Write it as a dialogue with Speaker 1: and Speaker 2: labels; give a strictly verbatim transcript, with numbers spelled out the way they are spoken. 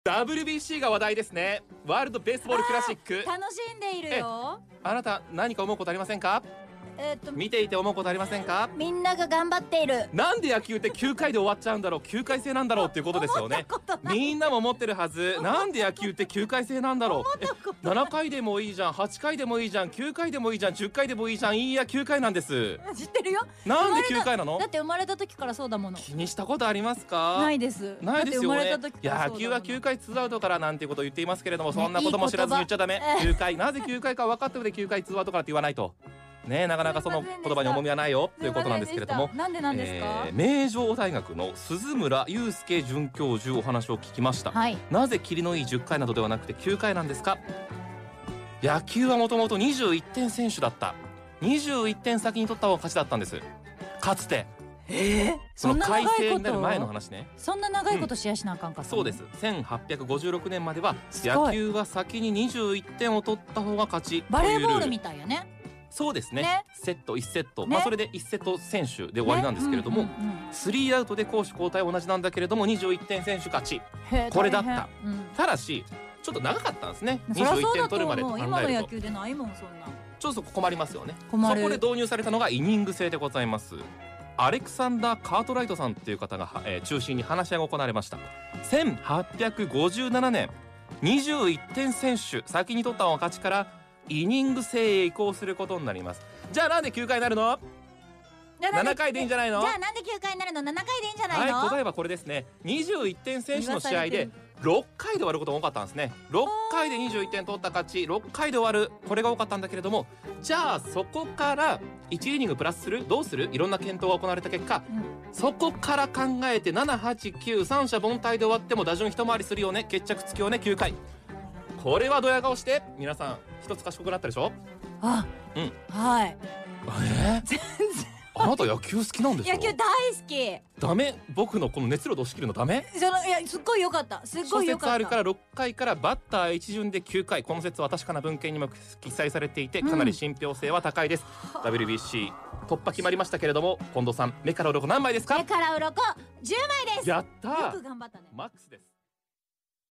Speaker 1: ダブリュービーシー が話題ですね。ワールドベースボールクラシック。
Speaker 2: 楽しんでいるよ。
Speaker 1: あなた何か思うことありませんか？
Speaker 2: えっと
Speaker 1: 見ていて思うことありませんか？
Speaker 2: みんなが頑張っている。
Speaker 1: なんで野球ってきゅうかいで終わっちゃうんだろう、きゅうかい制なんだろうっていうことですよね。みんなも思ってるはず。なんで野球ってきゅうかい制なんだろう。えななかいでもいいじゃん、はちかいでもいいじゃん、きゅうかいでもいいじゃん、じゅっかいでもいいじゃん。いいやきゅうかいなんです。
Speaker 2: 知ってるよ。
Speaker 1: なんできゅうかいなの？
Speaker 2: だって生まれた時からそうだもの。
Speaker 1: 気にしたことありますか？
Speaker 2: ないです。
Speaker 1: ないですよね。野球はきゅう
Speaker 2: か
Speaker 1: かいツーアウトからなんていうことを言っていますけれども、そんなことも知らずに言っちゃダメ。きゅうかい、なぜきゅうかいか分かった上できゅうかいツーアウトからって言わないとね、なかなかその言葉に重みはないよということなんですけれども、
Speaker 2: なんでなんですか？
Speaker 1: えー、名城大学の鈴村祐介准教授お話を聞きました、
Speaker 2: はい、
Speaker 1: なぜ切りのいいじゅっかいなどではなくてきゅうかいなんですか？野球はもともとにじゅういってん選手だった。にじゅういってん先に取った方が勝ちだったんです、かつて。
Speaker 2: えー、
Speaker 1: その改正になる前の話ね。
Speaker 2: そんな長いことシェアしなあかんかった、
Speaker 1: うん、そうです。せんはっぴゃくごじゅうろくねんまでは野球は先ににじゅういってんを取った方が勝ち。
Speaker 2: バレーボールみたいやね。
Speaker 1: そうですね。
Speaker 2: ね、
Speaker 1: セットいちセット、
Speaker 2: ね、
Speaker 1: まあそれでいちセット選手で終わりなんですけれども、スリーアウトで攻守交代同じなんだけれどもにじゅういってん選手勝ち、これだった、うん、ただしちょっと長かったんですね。にじゅういってん取るまでと考えると
Speaker 2: 今の野球でないもんそんな。
Speaker 1: ちょっと困りますよね。
Speaker 2: 困る。
Speaker 1: そこで導入されたのがイニング制でございます。アレクサンダー・カートライトさんっていう方が、えー、中心に話し合いが行われました。せんはっぴゃくごじゅうななねん、にじゅういってん選手先に取った方が勝ちからイニング制へ移行することになります。じゃあなんできゅうかいになるの？ななかいでいいんじゃないの？
Speaker 2: じゃあなんできゅうかいになるの？ななかいでいいんじゃないの？
Speaker 1: はい、答えはこれですね。にじゅういってん選手の試合でろっかいで終わることが多かったんですね。ろっかいでにじゅういってん取った勝ち、ろっかいで終わる、これが多かったんだけれども、じゃあそこからいちイニングプラスする、どうする、いろんな検討が行われた結果、うん、そこから考えてなな、はち、きゅう、三者凡退で終わっても打順一回りするよね、決着つきよね、きゅうかい。これはドヤ顔して皆さん一つ賢くなったでしょ？あ、うん、はい。えー、全然あなた野球好きなんでしょ？野球大好き。ダメ？僕のこの熱量で押し切るのダメ？そのいやすっごい良かった。すっごい良かった。諸説あるからろっかいからバッター一巡できゅうかい。この説は確かな文献にも記載されていてかなり信憑性は高いです。うん、ダブリュービーシー 突破決まりましたけれども、近藤さん目から鱗何枚ですか？目から鱗じゅうまいです。やったー。よく頑張ったね。マックスです。